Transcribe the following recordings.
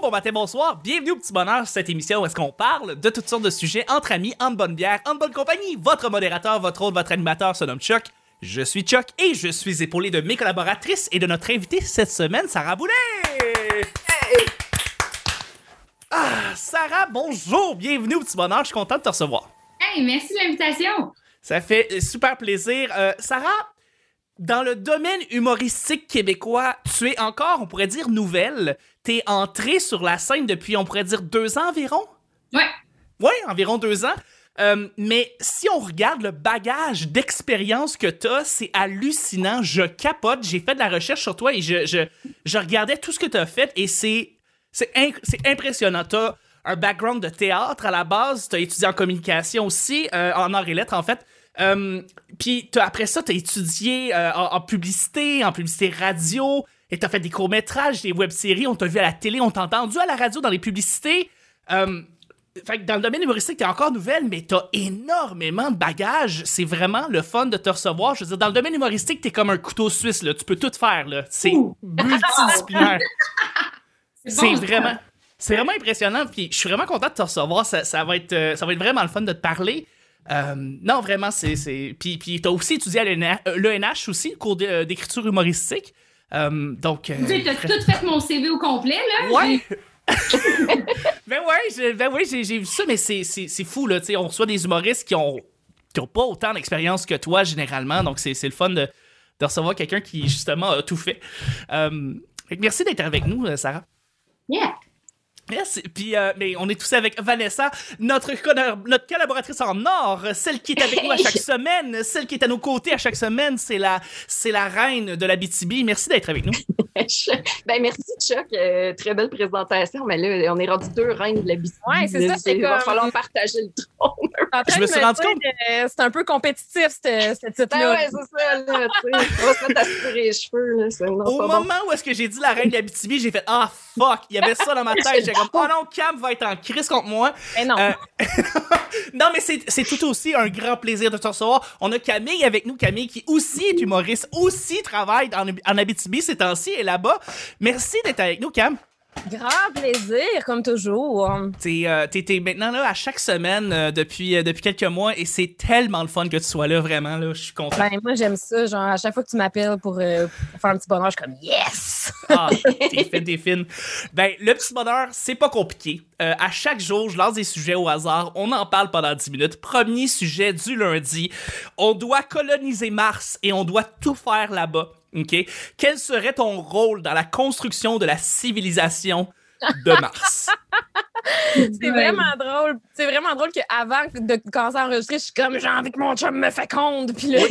bon matin, bonsoir. Bienvenue au Petit Bonheur, cette émission où est-ce qu'on parle de toutes sortes de sujets entre amis, en bonne bière, en bonne compagnie. Votre modérateur, votre hôte, votre animateur se nomme Chuck. Je suis Chuck et je suis épaulé de mes collaboratrices et de notre invitée cette semaine, Sarah Boulet. Hey! Ah, Sarah, bonjour, bienvenue au Petit Bonheur, je suis content de te recevoir. Hey, merci de l'invitation. Ça fait super plaisir. Sarah, dans le domaine humoristique québécois, tu es encore, on pourrait dire, nouvelle. T'es entrée sur la scène depuis, on pourrait dire, 2 ans environ? Ouais. Ouais, environ 2 ans. Mais si on regarde le bagage d'expérience que t'as, c'est hallucinant. Je capote. J'ai fait de la recherche sur toi et je regardais tout ce que t'as fait et c'est impressionnant. T'as un background de théâtre à la base. T'as étudié en communication aussi, en arts et lettres, en fait. Puis après ça, t'as étudié en publicité radio, et t'as fait des courts-métrages, des web-séries, on t'a vu à la télé, on t'a entendu à la radio dans les publicités. Fait que dans le domaine humoristique, t'es encore nouvelle, mais t'as énormément de bagages. C'est vraiment le fun de te recevoir. Je veux dire, dans le domaine humoristique, t'es comme un couteau suisse, là. Tu peux tout faire, là. C'est multidisciplinaire. C'est vraiment impressionnant. Puis je suis vraiment content de te recevoir. Ça va être vraiment le fun de te parler. Non, vraiment, Puis t'as aussi étudié à l'ENH aussi, le cours d'écriture humoristique. Donc... Tu sais, t'as tout fait mon CV au complet, là? Ouais! J'ai vu ça, mais c'est fou, là, tu sais, on reçoit des humoristes qui ont pas autant d'expérience que toi, généralement, donc c'est le fun de recevoir quelqu'un qui, justement, a tout fait. Fait que merci d'être avec nous, Sarah. Yeah! Merci. Puis, mais on est tous avec Vanessa, notre collaboratrice en or, celle qui est avec nous à chaque semaine, celle qui est à nos côtés à chaque semaine, c'est la reine de l'Abitibi. Merci d'être avec nous. Ben merci Chuck, très belle présentation, mais là, on est rendu 2 reines de l'Abitibi. Ouais, c'est ça, c'est Il va comme... falloir partager le trône. Je me suis rendu compte. C'est un peu compétitif, ce titre-là. Ben ouais, c'est ça, là, tu sais. On va se mettre à se tirer les cheveux, là. Au moment où est-ce que j'ai dit la reine de l'Abitibi, j'ai fait « Ah, fuck! » Il y avait ça dans ma tête. J'ai comme « Oh non, Cam va être en crise contre moi. » Mais non. Non, mais c'est tout aussi un grand plaisir de te recevoir. On a Camille avec nous. Camille qui aussi est humoriste, aussi travaille en Abitibi ces temps-ci et là-bas. Merci d'être avec nous, Cam. Grand plaisir, comme toujours. T'es maintenant là à chaque semaine depuis quelques mois et c'est tellement le fun que tu sois là, vraiment, là, je suis content. Ben, moi, j'aime ça. Genre, à chaque fois que tu m'appelles pour faire un petit bonheur, je suis comme « Yes! » Ah, t'es fine. Ben, le petit bonheur, c'est pas compliqué. À chaque jour, je lance des sujets au hasard. On en parle pendant 10 minutes. Premier sujet du lundi. On doit coloniser Mars et on doit tout faire là-bas. OK? Quel serait ton rôle dans la construction de la civilisation de Mars? C'est vraiment drôle. C'est vraiment drôle qu'avant de commencer à enregistrer, je suis comme « J'ai envie que mon chum me féconde. » Puis là...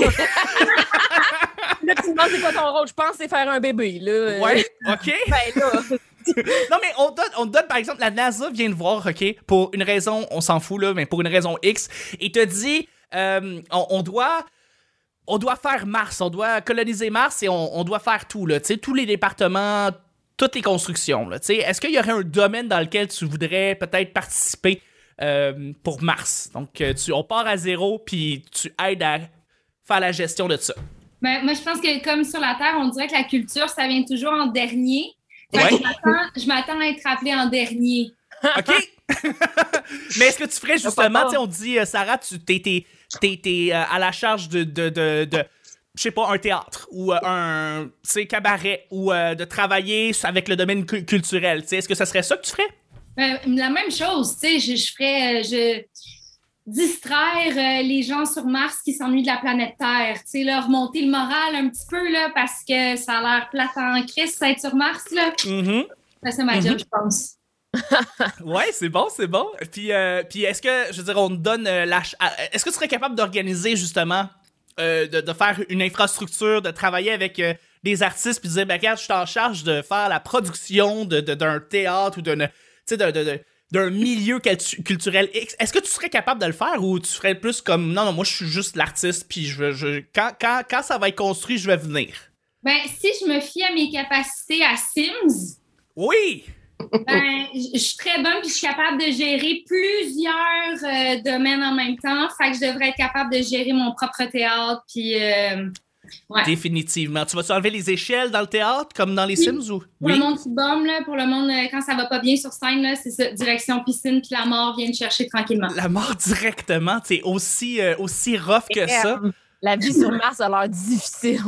là, tu me demandes c'est quoi ton rôle. Je pense que c'est faire un bébé, là. Ouais, OK. Ben là... Non, mais on donne, par exemple, la NASA vient de voir, OK, pour une raison, on s'en fout, là, mais pour une raison X, et te dit, on doit faire Mars, on doit coloniser Mars et on doit faire tout, là, tu sais, tous les départements, toutes les constructions, là, tu sais. Est-ce qu'il y aurait un domaine dans lequel tu voudrais peut-être participer pour Mars? Donc, on part à zéro, puis tu aides à faire la gestion de ça. Ben, moi, je pense que comme sur la Terre, on dirait que la culture, ça vient toujours en dernier. Ouais. Je m'attends à être appelée en dernier. OK? Mais est-ce que tu ferais justement, tu sais, on dit, Sarah, t'es à la charge de je sais pas, un théâtre ou un, tu sais, cabaret ou de travailler avec le domaine culturel, tu sais, est-ce que ça serait ça que tu ferais? La même chose, tu sais, je ferais... distraire les gens sur Mars qui s'ennuient de la planète Terre, tu sais, leur monter le moral un petit peu, là, parce que ça a l'air plate en crise, ça être sur Mars, là. Mm-hmm. C'est ma job, je pense. Ouais, c'est bon. Puis est-ce que, je veux dire, on te donne est-ce que tu serais capable d'organiser, justement, de faire une infrastructure, de travailler avec des artistes, puis de dire, ben, regarde, je suis en charge de faire la production d'un théâtre ou d'un milieu culturel X. Est-ce que tu serais capable de le faire ou tu ferais plus comme non, moi je suis juste l'artiste puis quand ça va être construit, je vais venir? Ben, si je me fie à mes capacités à Sims, oui! Ben, je suis très bonne puis je suis capable de gérer plusieurs domaines en même temps. Fait que je devrais être capable de gérer mon propre théâtre puis Ouais. Définitivement. Tu vas-tu enlever les échelles dans le théâtre, comme dans les Sims, ou? Pour le monde qui bombe, là, pour le monde, quand ça va pas bien sur scène, là, c'est ça, direction piscine, puis la mort vient te chercher tranquillement. La mort directement, c'est aussi rough que ça. La vie sur Mars a l'air difficile.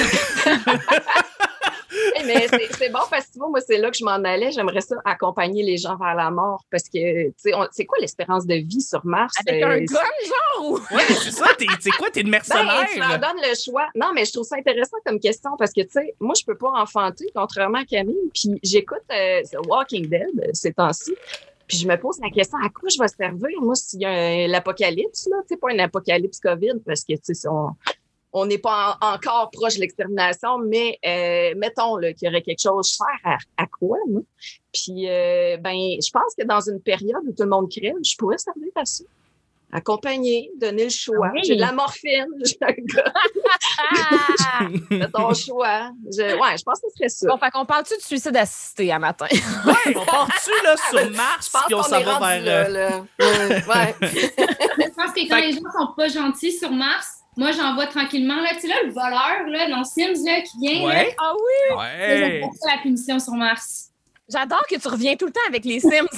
Mais c'est bon parce que moi, c'est là que je m'en allais. J'aimerais ça accompagner les gens vers la mort parce que, tu sais, c'est quoi l'espérance de vie sur Mars? Avec un gun, genre? Ouais, c'est ça. T'es quoi? T'es une mercenaire? Tu leur donnes le choix. Non, mais je trouve ça intéressant comme question parce que, tu sais, moi, je peux pas enfanter, contrairement à Camille. Puis j'écoute The Walking Dead ces temps-ci. Puis je me pose la question, à quoi je vais servir, moi, s'il y a l'apocalypse, là? Tu sais, pas un apocalypse COVID parce que, tu sais, on n'est pas encore proche de l'extermination, mais mettons là, qu'il y aurait quelque chose, je sers à quoi, moi? Puis, je pense que dans une période où tout le monde crève, je pourrais servir à ça. Accompagner, donner le choix. Oui. J'ai de la morphine, j'ai un gars. Fais ton choix. Je pense que ce serait ça. Bon, fait qu'on parle-tu de suicide assisté à matin? Ouais, on part-tu là sur Mars, Je pense puis on qu'on s'en est va rendu vers... là. Ouais. Je pense que quand les gens sont pas gentils sur Mars, moi, j'en vois tranquillement, là, tu sais, là, le voleur, là, dans Sims, là, qui vient, là, Ouais. Ah oui! Ouais. c'est ça, la punition sur Mars. J'adore que tu reviens tout le temps avec les Sims.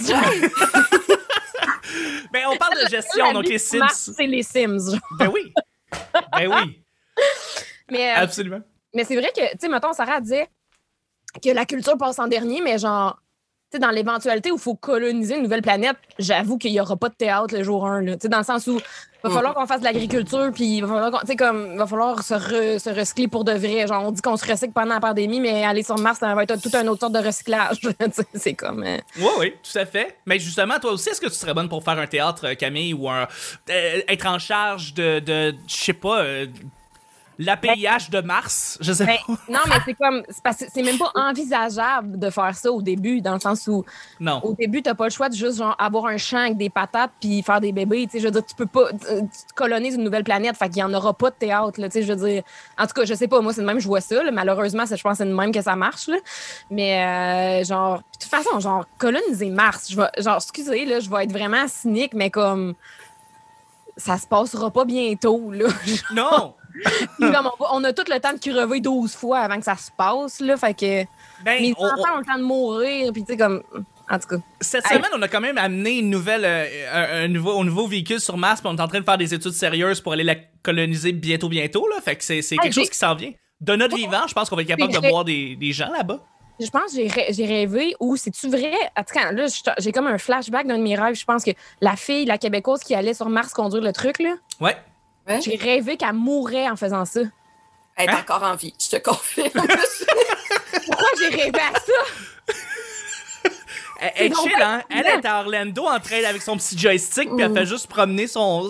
Ben, on parle de gestion, La donc vie les sur Mars, Sims. c'est les Sims. Ben oui. Ben oui. Mais, Absolument. mais c'est vrai que, tu sais, mettons, Sarah disait que la culture passe en dernier, mais genre, tu sais, dans l'éventualité où il faut coloniser une nouvelle planète, j'avoue qu'il n'y aura pas de théâtre le jour 1, là. Tu sais, dans le sens où il va falloir qu'on fasse de l'agriculture, puis il va falloir, tu sais, comme, il va falloir se recycler pour de vrai. Genre, on dit qu'on se recycle pendant la pandémie, mais aller sur Mars, ça va être toute une autre sorte de recyclage. Tu sais, c'est comme... Oui, tout à fait. Mais justement, toi aussi, est-ce que tu serais bonne pour faire un théâtre, Camille, ou être en charge de je sais pas, l'APIH de Mars? Je sais Ben, pas. non, mais c'est comme... C'est parce que c'est même pas envisageable de faire ça au début, dans le sens où... Non. Au début, t'as pas le choix de juste genre, avoir un champ avec des patates puis faire des bébés. Tu sais, je veux dire, tu peux pas. Tu colonises une nouvelle planète, fait qu'il y en aura pas de théâtre. Là, tu sais, je veux dire. En tout cas, je sais pas, moi, c'est de même, je vois ça. Là, malheureusement, je pense que c'est de même que ça marche. Là. Mais genre, de toute façon, genre, coloniser Mars, genre, excusez, là, je vais être vraiment cynique, mais comme. Ça se passera pas bientôt, là. Non! Puis comme on a tout le temps de crever 12 fois avant que ça se passe, là. Fait que. Ben, Mes enfants ont le temps de mourir, puis tu sais, comme. En tout cas. Cette semaine, on a quand même amené une nouvelle, un nouveau véhicule sur Mars, puis on est en train de faire des études sérieuses pour aller la coloniser bientôt, là. Fait que c'est quelque chose qui s'en vient. De notre vivant, je pense qu'on va être capable de voir des gens là-bas. Je pense que j'ai rêvé, ou c'est-tu vrai? En tout cas, là, j'ai comme un flashback d'un de mes rêves. Je pense que la fille, la Québécoise qui allait sur Mars conduire le truc, là, Ouais. j'ai rêvé qu'elle mourrait en faisant ça. Elle est encore en vie, je te confirme. Pourquoi j'ai rêvé à ça? Elle est chill, hein? Elle est à Orlando en train avec son petit joystick, puis elle fait juste promener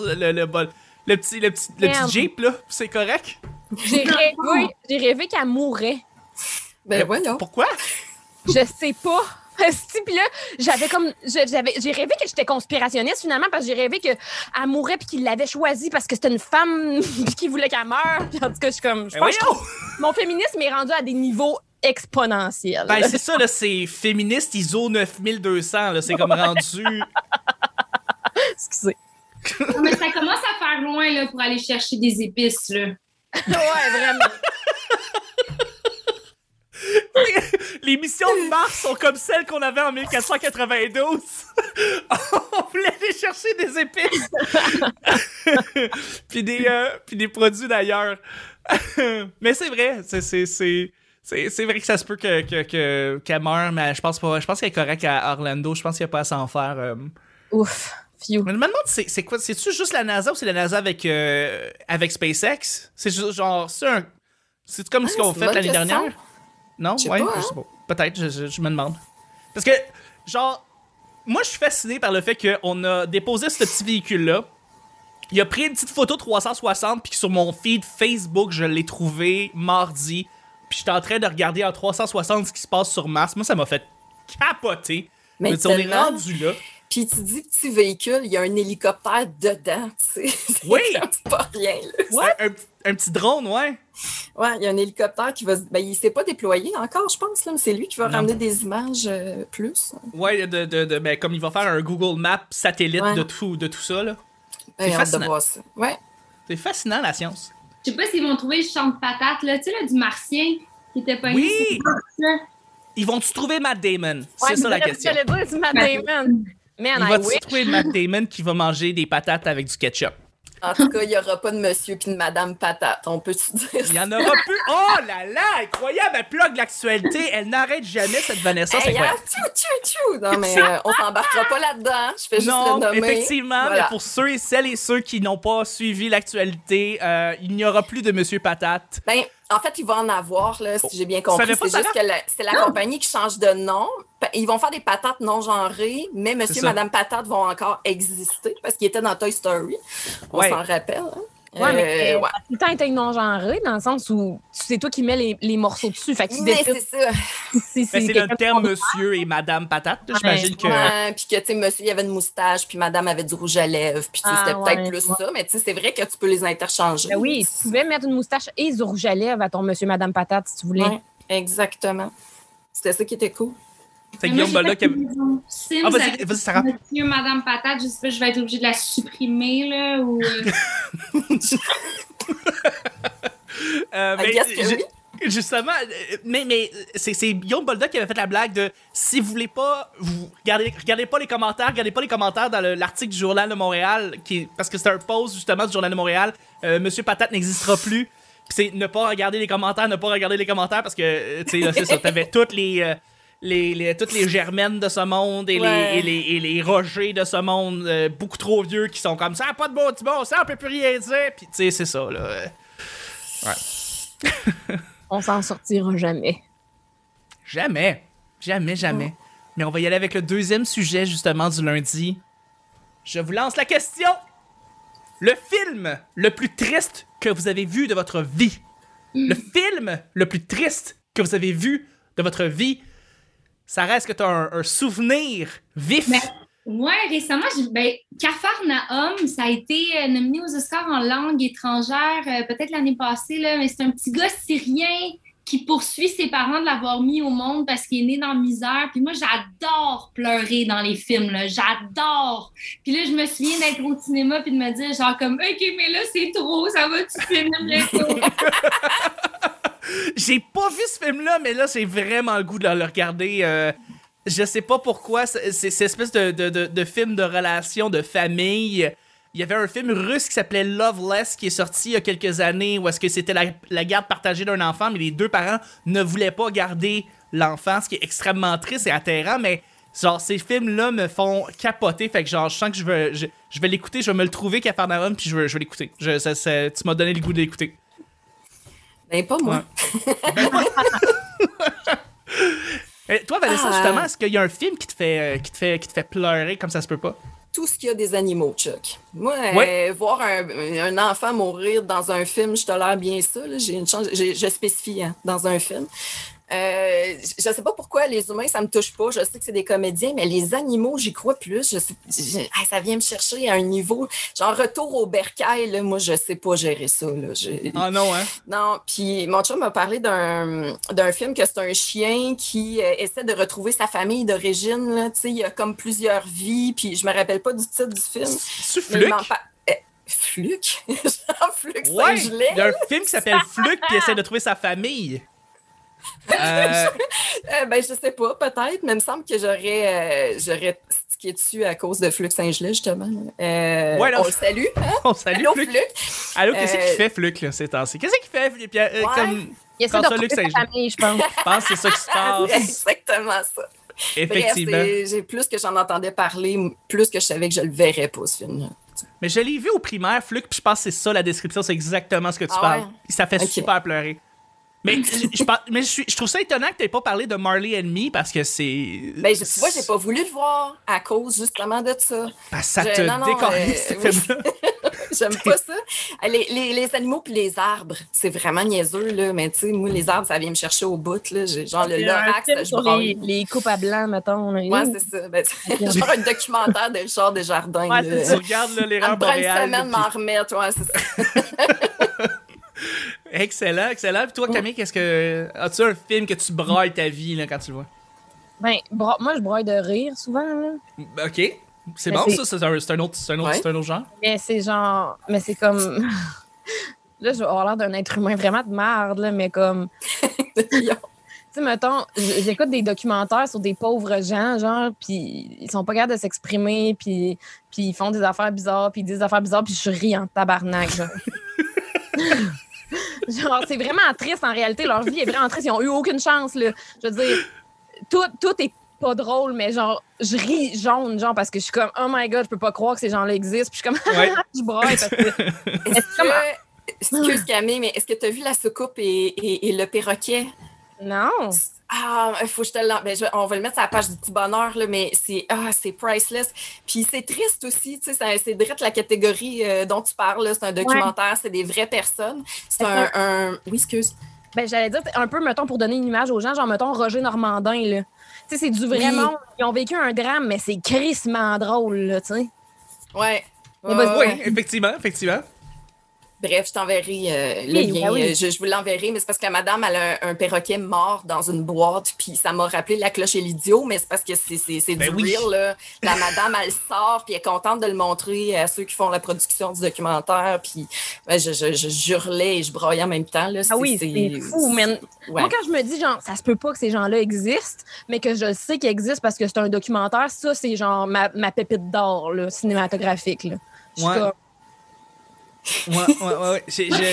le petit Jeep, là. C'est correct? J'ai rêvé qu'elle mourrait. Ben voyons. Pourquoi? Je sais pas. Puis là, j'ai rêvé que j'étais conspirationniste finalement parce que j'ai rêvé qu'elle mourrait puis qu'il l'avait choisie parce que c'était une femme puis qu'il voulait qu'elle meure. Puis en tout cas, je suis comme. Je pense que mon féminisme est rendu à des niveaux exponentiels. Ben, c'est ça, là, c'est féministe ISO 9200, là. C'est comme rendu. Excusez. Non, mais ça commence à faire loin, là, pour aller chercher des épices, là. Ouais, vraiment. Les missions de Mars sont comme celles qu'on avait en 1492. On voulait aller chercher des épices. puis des produits d'ailleurs. Mais c'est vrai, c'est vrai que ça se peut qu'elle meure, mais je pense qu'elle est correcte à Orlando. Je pense qu'il n'y a pas à s'en faire. Ouf. Phew. Mais je me demande, c'est quoi? C'est-tu juste la NASA ou c'est la NASA avec SpaceX? C'est juste genre, c'est comme ce qu'on fait l'année dernière? Non? Je sais Ouais, pas, je sais pas. Peut-être, je me demande. Parce que, genre, moi, je suis fasciné par le fait qu'on a déposé ce petit véhicule-là. Il a pris une petite photo 360, puis sur mon feed Facebook, je l'ai trouvé mardi. Puis j'étais en train de regarder en 360 ce qui se passe sur Mars. Moi, ça m'a fait capoter. Mais on est rendu là. Puis tu dis petit véhicule, il y a un hélicoptère dedans, tu sais. Oui! C'est pas rien, là. Ouais, un petit drone, ouais. Ouais, il y a un hélicoptère qui va... Ben, il s'est pas déployé encore, je pense, là, mais c'est lui qui va Non. ramener des images plus. Ouais, ben, comme il va faire un Google Maps satellite Ouais. de tout ça, là. Ben, hâte de fascinant. voir ça. Ouais. C'est fascinant, la science. Je sais pas s'ils vont trouver le champ de patates, là, tu sais, là, du martien qui était pas Oui! Ils vont-tu trouver Matt Damon? C'est Ouais, ça la question. J'allais dire, c'est Matt Damon. Man, Il I va-tu wish. trouver Matt Damon qui va manger des patates avec du ketchup? En tout cas, il n'y aura pas de monsieur puis de madame patate. On peut-tu dire Il y en aura plus. Oh là là, incroyable! Elle plug l'actualité. Elle n'arrête jamais, cette Vanessa. C'est Hey, incroyable. tchou! Non, mais on s'embarquera pas là-dedans. Je fais juste Non, le nommer. effectivement, Voilà. mais pour celles et ceux qui n'ont pas suivi l'actualité, il n'y aura plus de Monsieur Patate. Ben, en fait, il va en avoir, là, si j'ai bien compris. savais pas C'est ça, juste que c'est la compagnie qui change de nom. Ils vont faire des patates non genrées, mais monsieur et ça. madame patate vont encore exister parce qu'ils étaient dans Toy Story. On Ouais. s'en rappelle. Hein? Ouais, mais ouais. tout le temps été non-genré, dans le sens où c'est toi qui mets les morceaux dessus. Fait que tu Mais décides c'est ça. si Ben, c'est quelqu'un le terme Monsieur et Madame Patate. là. J'imagine que. Ouais, puis que, tu sais, monsieur, il avait une moustache, puis madame avait du rouge à lèvres, puis tu sais, c'était peut-être plus ça, mais tu sais, c'est vrai que tu peux les interchanger. Ben oui, tu pouvais mettre une moustache et du rouge à lèvres à ton monsieur, madame patate, si tu voulais. Ouais, exactement. C'était ça qui était cool. C'est Guillaume Bolda qui a. Sims Ah, vas-y, avec vas-y, Sarah. Monsieur, Madame Patate, je sais pas, je vais être obligée de la supprimer, là, ou... I guess que oui. Justement, mais c'est Guillaume Bolda qui avait fait la blague de si vous voulez pas, vous regardez pas les commentaires dans l'article du Journal de Montréal, parce que c'est un post justement du Journal de Montréal, Monsieur Patate n'existera plus. Puis c'est ne pas regarder les commentaires parce que tu sais là, c'est ça, t'avais toutes toutes les germaines de ce monde et, Ouais. les Rogers de ce monde beaucoup trop vieux qui sont comme ça, pas de bon ça, on peut plus rien dire. Puis tu sais, c'est ça là. Ouais. On s'en sortira jamais. Jamais. Mais on va y aller avec le deuxième sujet, justement, du lundi. Je vous lance la question. Le film le plus triste que vous avez vu de votre vie. Le film le plus triste que vous avez vu de votre vie. Sarah, est-ce que tu as un souvenir vif? Mais- Ouais, récemment, Capharnaüm, ça a été nominé aux Oscars en langue étrangère, peut-être l'année passée, là, mais c'est un petit gars syrien qui poursuit ses parents de l'avoir mis au monde parce qu'il est né dans la misère. Puis moi, j'adore pleurer dans les films, là. J'adore! Puis là, je me souviens d'être au cinéma puis de me dire genre comme « OK, mais là, c'est trop, ça va-tu finir bientôt? » J'ai pas vu ce film-là, mais là, j'ai vraiment le goût de le regarder. Je sais pas pourquoi, c'est cette espèce de film de relation, de famille. Il y avait un film russe qui s'appelait Loveless qui est sorti il y a quelques années où est-ce que c'était la garde partagée d'un enfant, mais les deux parents ne voulaient pas garder l'enfant, ce qui est extrêmement triste et atterrant, mais genre ces films-là me font capoter, fait que genre je sens que je vais l'écouter, je vais me le trouver Capharnaüm puis je vais l'écouter. Tu m'as donné le goût d'écouter. Ben, pas moi. Toi, Vanessa, justement, est-ce qu'il y a un film qui te fait pleurer comme ça se peut pas? Tout ce qu'il y a des animaux, Chuck. Moi, Ouais. voir un enfant mourir dans un film, je tolère bien ça. Là. J'ai une chance, je spécifie hein, dans un film. Je sais pas pourquoi les humains, ça me touche pas. Je sais que c'est des comédiens, mais les animaux, j'y crois plus. Ça vient me chercher à un niveau. Genre, retour au bercail, là, moi, je sais pas gérer ça. Là. Ah non, hein? Non, puis mon chum m'a parlé d'un film que c'est un chien qui essaie de retrouver sa famille d'origine. Là. Tu sais, il y a comme plusieurs vies, puis je me rappelle pas du titre du film. C'est Mais il Fluc? m'en parle. Fluc? Genre Fluc Ouais, Saint-Gelais? il y a un film qui s'appelle Fluc qui essaie de trouver sa famille. Ben, je sais pas, peut-être, mais il me semble que j'aurais stické dessus à cause de Fluc Saint-Gelais, justement. Ouais, là, on le salue. Hein? on salue Allô, Fluc. Fluc? Allô, qu'est-ce qu'il fait, Fluc, là, ces temps-ci? Qu'est-ce qu'il fait, Pierre? Ouais. Comme... Il essaie de François Luc retrouver sa Saint-Gelais. famille, je pense. Je pense que c'est ça qui se C'est passe. exactement ça. Effectivement. Bref, j'ai plus que j'en entendais parler, plus que je savais que je le verrais pas, ce film-là. Mais je l'ai vu au primaire, Fluc, puis je pense que c'est ça la description, c'est exactement ce que tu Ah parles. ouais? Puis ça fait Ok. super pleurer. Mais je trouve ça étonnant que tu n'aies pas parlé de Marley and Me parce que c'est. Ben, tu vois, j'ai pas voulu le voir à cause justement de ça. Parce que ça Je- te non, non, décolle, ce oui. film-là. J'aime pas ça. Les animaux puis les arbres, c'est vraiment niaiseux, là. Mais tu sais, moi, les arbres, ça vient me chercher au bout, là. Genre, le Il y a un lorax, film je sur braille. les coupes à blanc, mettons. Là. Ouais, c'est ça. Ben, genre un documentaire de Richard Desjardins. Ouais, là. Tu regardes là, Ça l'erreur me prend une boréale. semaine puis- m'en remettre, ouais, c'est ça. Excellent, excellent. Puis toi, Camille, as-tu un film que tu brailles ta vie là, quand tu le vois? Ben, moi, je broye de rire souvent, là. Ok. C'est Mais bon, c'est- ça? C'est un autre Ouais. genre? Mais c'est genre... Mais c'est comme... Là, je vais avoir l'air d'un être humain vraiment de merde, là, mais comme... Tu sais, mettons, j'écoute des documentaires sur des pauvres gens, genre, puis ils sont pas capables de s'exprimer, puis ils font des affaires bizarres, puis ils disent des affaires bizarres, puis je ris en tabarnak, genre. Genre, c'est vraiment triste, en réalité. Leur vie est vraiment triste. Ils ont eu aucune chance, là. Je veux dire, tout est pas drôle, mais genre, je ris jaune, genre, parce que je suis comme, oh my God, je peux pas croire que ces gens-là existent, puis je suis comme, je braille, parce que... Excuse Camille, mais est-ce que tu as vu La Soucoupe et le perroquet? Non. Ah, il faut que je te on va le mettre sur la page du petit bonheur, là, mais c'est priceless. Puis c'est triste aussi, tu sais, c'est direct la catégorie dont tu parles, là. C'est un documentaire, c'est des vraies personnes. C'est un... Oui, excuse. Ben, j'allais dire un peu, mettons, pour donner une image aux gens, genre, mettons, Roger Normandin, là. Tu sais, c'est du vrai monde. Ils ont vécu un drame, mais c'est crissement drôle, là, tu sais. Ouais. Oui, effectivement. Bref, je t'enverrai le lien. Oui. Je vous l'enverrai, mais c'est parce que la madame, elle a un perroquet mort dans une boîte, puis ça m'a rappelé La Cloche et l'idiot, mais c'est parce que c'est du real, là. La madame, elle sort, puis elle est contente de le montrer à ceux qui font la production du documentaire, puis je hurlais et je broyais en même temps, là. C'est fou, mais moi, quand je me dis, genre, ça se peut pas que ces gens-là existent, mais que je sais qu'ils existent parce que c'est un documentaire, ça, c'est genre ma pépite d'or, là, cinématographique, là. Je suis comme... Ouais.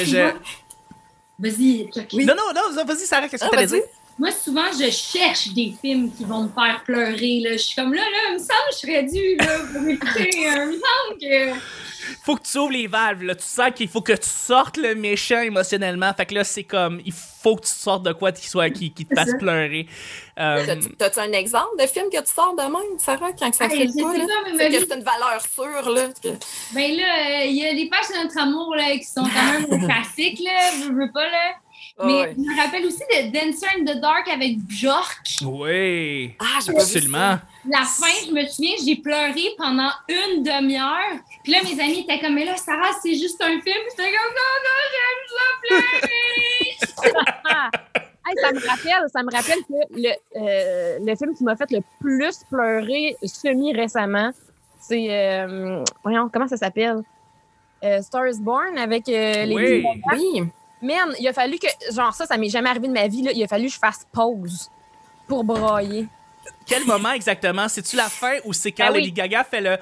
Vas-y, Chuck. Oui. Non, vas-y, Sarah, qu'est-ce que t'allais dire? Moi, souvent, je cherche des films qui vont me faire pleurer. Là. Je suis comme là, il me semble que je serais due pour m'écouter. Il me semble que... Faut que tu ouvres les valves, là. Tu sens qu'il faut que tu sortes le méchant émotionnellement. Fait que là, c'est comme, il faut que tu sortes de quoi qui te fasse pleurer. T'as-tu un exemple de film que tu sors de même, Sarah, quand ça fait le pas? C'est que c'est une valeur sûre, là. Ben là, il y a les pages de notre amour, là, qui sont quand même classiques, là. Je veux pas, là. Mais je me rappelle aussi de Dancer in the Dark avec Björk. Oui. Ah, absolument. La fin, je me souviens, j'ai pleuré pendant une demi-heure. Puis là, mes amis étaient comme, mais là, Sarah, c'est juste un film. J'étais comme, non, j'aime ça pleurer. Ça me rappelle que le film qui m'a fait le plus pleurer semi-récemment, c'est... voyons, comment ça s'appelle? Star is Born avec les... Oui. Man, il a fallu que... Genre, ça m'est jamais arrivé de ma vie, là. Il a fallu que je fasse pause pour brailler. Quel moment exactement? C'est-tu la fin ou c'est quand Lady Gaga fait le...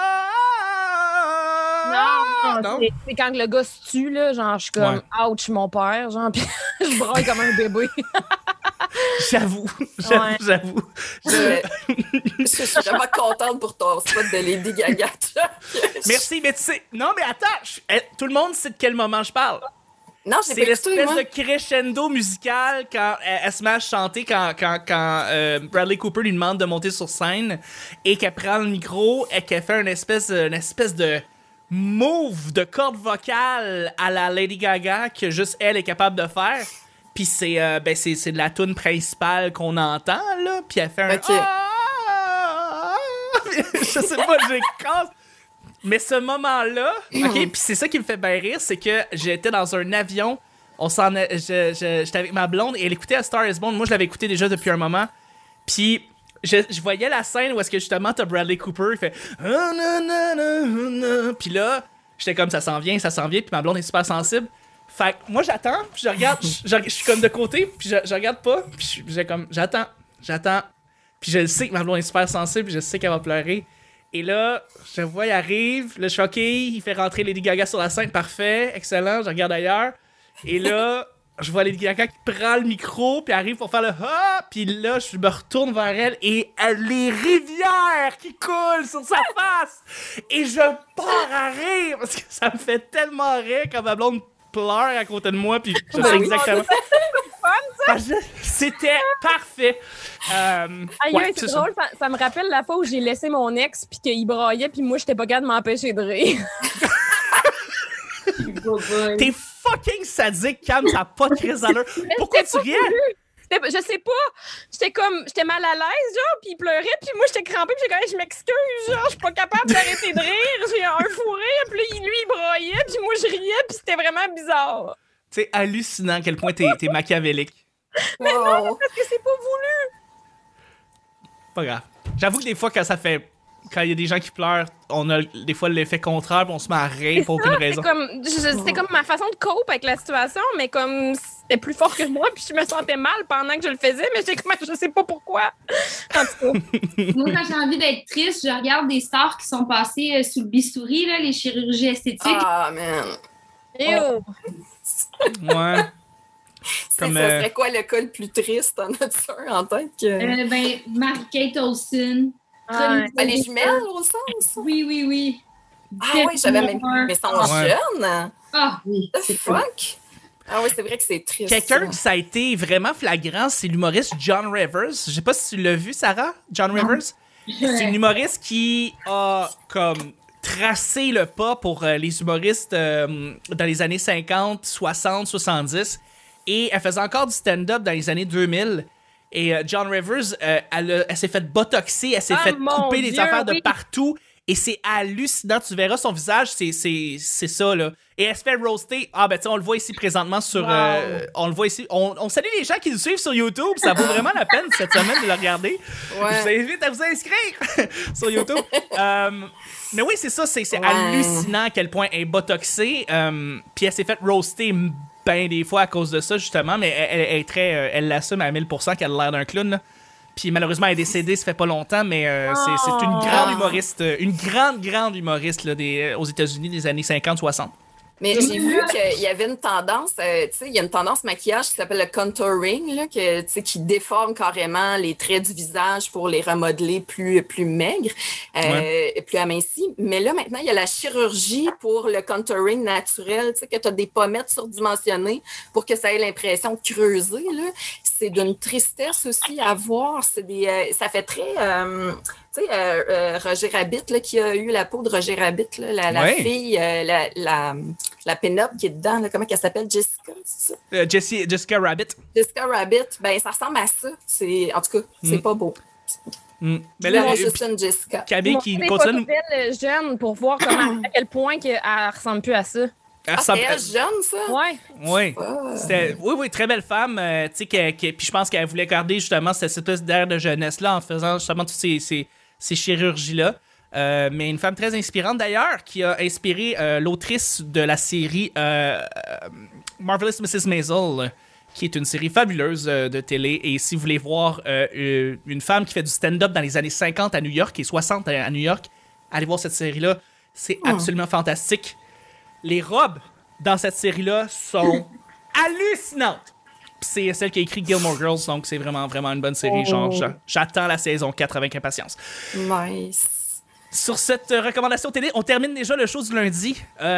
Non. C'est quand le gars se tue, là. Genre, je suis comme, ouch, mon père. Genre, puis je braille comme un bébé. J'avoue. Je suis vraiment contente pour ton spot de Lady Gaga. Merci, mais tu sais... Non, mais attends, tout le monde sait de quel moment je parle. Non, c'est l'espèce de crescendo musical quand elle se met à chanter quand Bradley Cooper lui demande de monter sur scène et qu'elle prend le micro et qu'elle fait une espèce de move de corde vocale à la Lady Gaga que juste elle est capable de faire. Puis c'est de la tune principale qu'on entend, là. Puis elle fait un... Je sais pas, j'ai casse. Mais ce moment-là, OK, puis c'est ça qui me fait bien rire, c'est que j'étais dans un avion, j'étais avec ma blonde et elle écoutait A Star is Born. Moi, je l'avais écouté déjà depuis un moment. Puis je voyais la scène où est-ce que justement t'as Bradley Cooper, il fait... Puis là, j'étais comme, ça s'en vient, puis ma blonde est super sensible. Fait que moi, j'attends, puis je regarde, je suis comme de côté, puis je regarde pas, puis j'ai comme, j'attends. Puis je sais que ma blonde est super sensible, puis je sais qu'elle va pleurer. Et là, je vois, il arrive. Là, je suis OK, il fait rentrer Lady Gaga sur la scène. Parfait, excellent, je regarde ailleurs. Et là, je vois Lady Gaga qui prend le micro, puis arrive pour faire le « Ah! » Puis là, je me retourne vers elle et les rivières qui coulent sur sa face. Et je pars à rire, parce que ça me fait tellement rire quand ma blonde pleure à côté de moi, puis je sais exactement... C'était parfait. C'est drôle, ça me rappelle la fois où j'ai laissé mon ex puis qu'il braillait puis moi j'étais pas capable de m'empêcher de rire. T'es fucking sadique, Cam, ça n'a pas de crise d'allure. Pourquoi tu riais? Je sais pas. J'étais mal à l'aise, genre, puis il pleurait, puis moi j'étais crampée, puis j'étais comme, je m'excuse, genre, je suis pas capable d'arrêter de rire, j'ai un fou rire, puis lui il braillait, puis moi je riais, puis c'était vraiment bizarre. C'est hallucinant à quel point t'es machiavélique. Mais non, parce que c'est pas voulu. Pas grave. J'avoue que des fois, quand ça fait quand il y a des gens qui pleurent, on a des fois l'effet contraire, puis on se met à rire pour aucune raison. C'était comme ma façon de cope avec la situation, mais comme c'était plus fort que moi, puis je me sentais mal pendant que je le faisais, mais j'étais comme, je sais pas pourquoi. En tout cas. Moi, quand j'ai envie d'être triste, je regarde des stars qui sont passées sous le bistouri, là, les chirurgies esthétiques. Ah, man. Ew. Ouais. Ça serait quoi le cas le plus triste? En as-tu un en tête? Que... Mary-Kate Olsen. Les jumelles, au sens? Oui. Ah oui, j'avais même... Mais ils sont jeunes? Ah oui. The fuck? Ah oui, c'est vrai que c'est triste. Quelqu'un qui ça a été vraiment flagrant, c'est l'humoriste John Rivers. Je sais pas si tu l'as vu, Sarah, John Rivers. C'est un humoriste qui a comme tracé le pas pour les humoristes dans les années 50, 60, 70. Et elle faisait encore du stand-up dans les années 2000. Et John Rivers, elle s'est fait botoxer, elle s'est fait couper des affaires de partout. Et c'est hallucinant. Tu verras son visage, c'est ça, là. Et elle se fait roaster. Ah, ben, tu sais, on le voit ici présentement sur... on le voit ici. On salue les gens qui nous suivent sur YouTube. Ça vaut vraiment la peine cette semaine de le regarder. Ouais. Je vous invite à vous inscrire sur YouTube. Mais oui, c'est ça. C'est hallucinant à quel point elle est botoxée. Puis elle s'est fait roaster ben des fois à cause de ça, justement. Mais elle est très... elle l'assume à 1000% qu'elle a l'air d'un clown, là. Puis malheureusement, elle est décédée, ça fait pas longtemps, mais c'est une grande humoriste, une grande humoriste là, aux États-Unis des années 50-60. Mais j'ai vu qu'il y avait une tendance, tu sais, il y a une tendance maquillage qui s'appelle le contouring, là, qui déforme carrément les traits du visage pour les remodeler plus maigres, plus amincis. Mais là, maintenant, il y a la chirurgie pour le contouring naturel, tu sais, que tu as des pommettes surdimensionnées pour que ça ait l'impression de creuser, là. C'est d'une tristesse aussi à voir. C'est ça fait très... tu sais, Roger Rabbit, là, qui a eu la peau de Roger Rabbit, là, la fille, la pin-up qui est dedans, là, comment elle s'appelle? Jessica, c'est ça? Jessica Rabbit. Jessica Rabbit, ben ça ressemble à ça. En tout cas, c'est pas beau. Mais là, juste une Jessica. Camille qui continue... d'elle jeune pour voir comment, à quel point elle ressemble plus à ça. C'est elle jeune, ça? Oui. Oui, très belle femme. Tu sais, puis je pense qu'elle voulait garder justement cette espèce d'air de jeunesse-là en faisant justement toutes ces chirurgies-là. Mais une femme très inspirante d'ailleurs, qui a inspiré l'autrice de la série Marvelous Mrs. Maisel, qui est une série fabuleuse de télé. Et si vous voulez voir une femme qui fait du stand-up dans les années 50 à New York et 60 à New York, allez voir cette série-là. C'est absolument fantastique. Les robes dans cette série-là sont hallucinantes. Puis c'est celle qui a écrit Gilmore Girls, donc c'est vraiment, vraiment une bonne série. Genre, j'attends la saison 4 avec impatience. Nice. Sur cette recommandation télé, on termine déjà le show du lundi.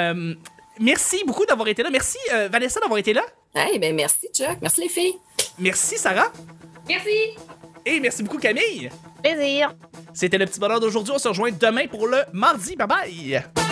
Merci beaucoup d'avoir été là. Merci, Vanessa, d'avoir été là. Ben merci, Chuck. Merci, les filles. Merci, Sarah. Merci. Et merci beaucoup, Camille. Plaisir. C'était le petit bonheur d'aujourd'hui. On se rejoint demain pour le mardi. Bye bye.